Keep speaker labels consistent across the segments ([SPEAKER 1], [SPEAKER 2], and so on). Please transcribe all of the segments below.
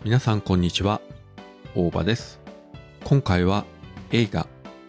[SPEAKER 1] 皆さんこんにちは、大場です。今回は映画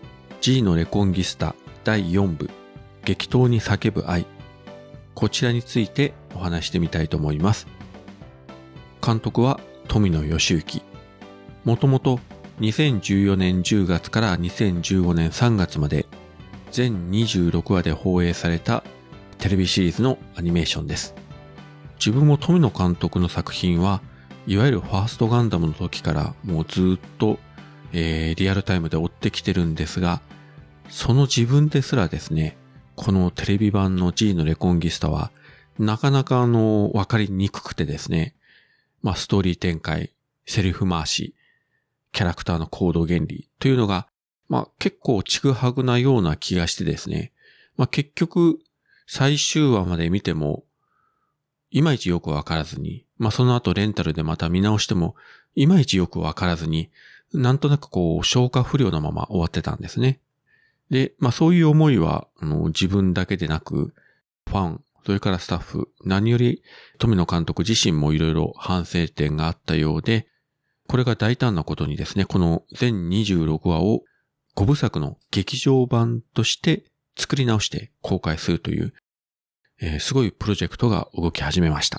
[SPEAKER 1] G のレコンギスタ第4部激闘に叫ぶ愛、こちらについてお話してみたいと思います。監督は富野義行。もともと2014年10月から2015年3月まで全26話で放映されたテレビシリーズのアニメーションです。自分も富野監督の作品はいわゆるファーストガンダムの時からもうずっと、リアルタイムで追ってきてるんですが、その自分ですらですね、このテレビ版の G のレコンギスタはなかなかわかりにくくてですね、ストーリー展開、セリフ回し、キャラクターの行動原理というのが結構ちぐはぐなような気がしてですね、結局最終話まで見てもいまいちよくわからずに、その後レンタルでまた見直してもいまいちよくわからずに、なんとなく消化不良なまま終わってたんですね。で、そういう思いは自分だけでなく、ファン、それからスタッフ、何より富野監督自身もいろいろ反省点があったようで、これが大胆なことにですね、この全26話を5部作の劇場版として作り直して公開するという、すごいプロジェクトが動き始めました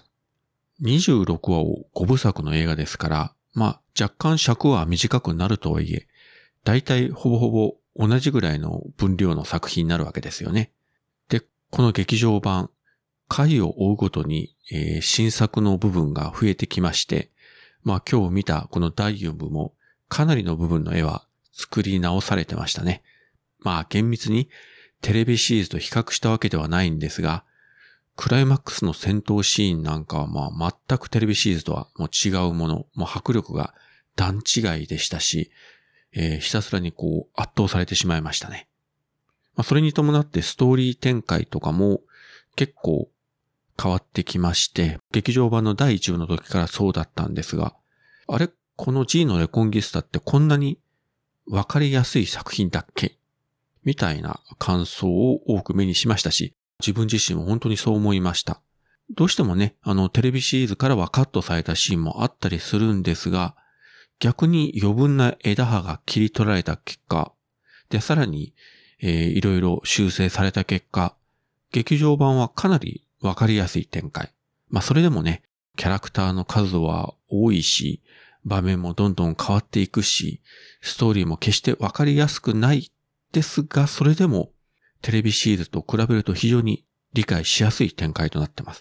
[SPEAKER 1] 。26話を5部作の映画ですから、若干尺は短くなるとはいえ、だいたいほぼほぼ同じぐらいの分量の作品になるわけですよね。で、この劇場版、回を追うごとに、新作の部分が増えてきまして、今日見たこの第4部もかなりの部分の絵は作り直されてましたね。厳密にテレビシリーズと比較したわけではないんですが、クライマックスの戦闘シーンなんかは全くテレビシリーズとはもう違うもの、もう迫力が段違いでしたし、ひたすらに圧倒されてしまいましたね。それに伴ってストーリー展開とかも結構変わってきまして、劇場版の第1部の時からそうだったんですが、あれ、この G のレコンギスタってこんなにわかりやすい作品だっけみたいな感想を多く目にしましたし、自分自身も本当にそう思いました。どうしてもね、テレビシリーズからはカットされたシーンもあったりするんですが、逆に余分な枝葉が切り取られた結果、で、さらに、いろいろ修正された結果、劇場版はかなりわかりやすい展開。それでもね、キャラクターの数は多いし、場面もどんどん変わっていくし、ストーリーも決してわかりやすくないですが、それでもテレビシリーズと比べると非常に理解しやすい展開となっています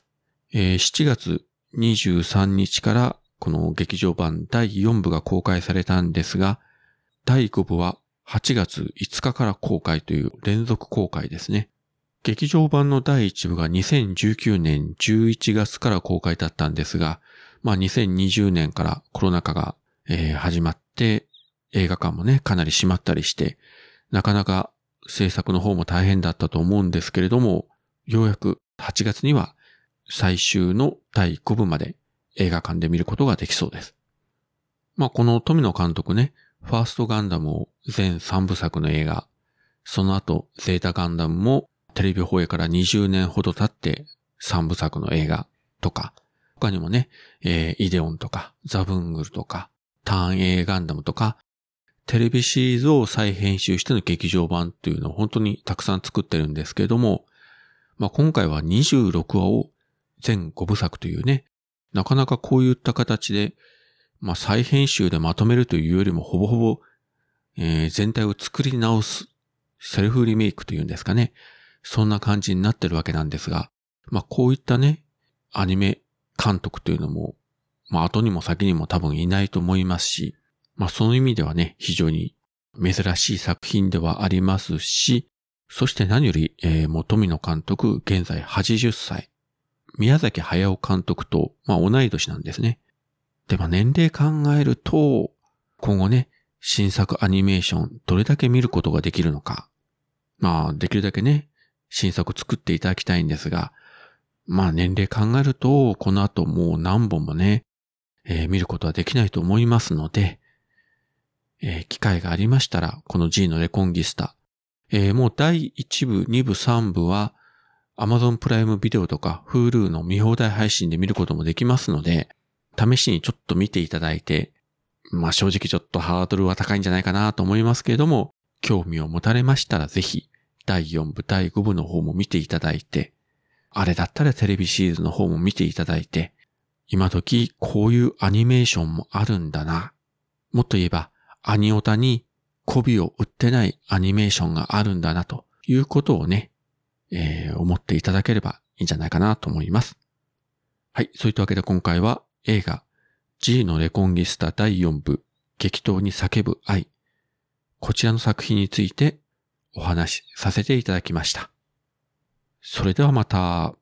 [SPEAKER 1] 。7月23日からこの劇場版第4部が公開されたんですが、第5部は8月5日から公開という連続公開ですね。劇場版の第1部が2019年11月から公開だったんですが、2020年からコロナ禍が、始まって映画館もね、かなり閉まったりして、なかなか制作の方も大変だったと思うんですけれども、ようやく8月には最終の第5部まで映画館で見ることができそうです。この富野監督ね、ファーストガンダムを全3部作の映画、その後ゼータガンダムもテレビ放映から20年ほど経って3部作の映画とか、他にもね、イデオンとかザブングルとかターン A ガンダムとか、テレビシリーズを再編集しての劇場版っていうのを本当にたくさん作ってるんですけれども、今回は26話を全5部作というね、なかなかこういった形で、再編集でまとめるというよりもほぼほぼ、全体を作り直す、セルフリメイクというんですかね。そんな感じになってるわけなんですが、こういったね、アニメ監督というのも、後にも先にも多分いないと思いますし、その意味ではね、非常に珍しい作品ではありますし、そして何より、もう富野監督、現在80歳。宮崎駿監督と、同い年なんですね。で、年齢考えると、今後ね、新作アニメーション、どれだけ見ることができるのか。できるだけね、新作作っていただきたいんですが、年齢考えると、この後もう何本もね、見ることはできないと思いますので、機会がありましたら、この G のレコンギスタ、もう第1部、2部、3部は Amazon プライムビデオとか Hulu の見放題配信で見ることもできますので、 試しにちょっと見ていただいて、正直ちょっとハードルは高いんじゃないかなと思いますけれども、興味を持たれましたらぜひ、第4部、第5部の方も見ていただいて、あれだったらテレビシリーズの方も見ていただいて、今時こういうアニメーションもあるんだな。もっと言えば、アニオタに媚びを売ってないアニメーションがあるんだなということをね、思っていただければいいんじゃないかなと思います。はい、そういったわけで今回は映画 G のレコンギスタ第4部激闘に叫ぶ愛、こちらの作品についてお話しさせていただきました。それではまた。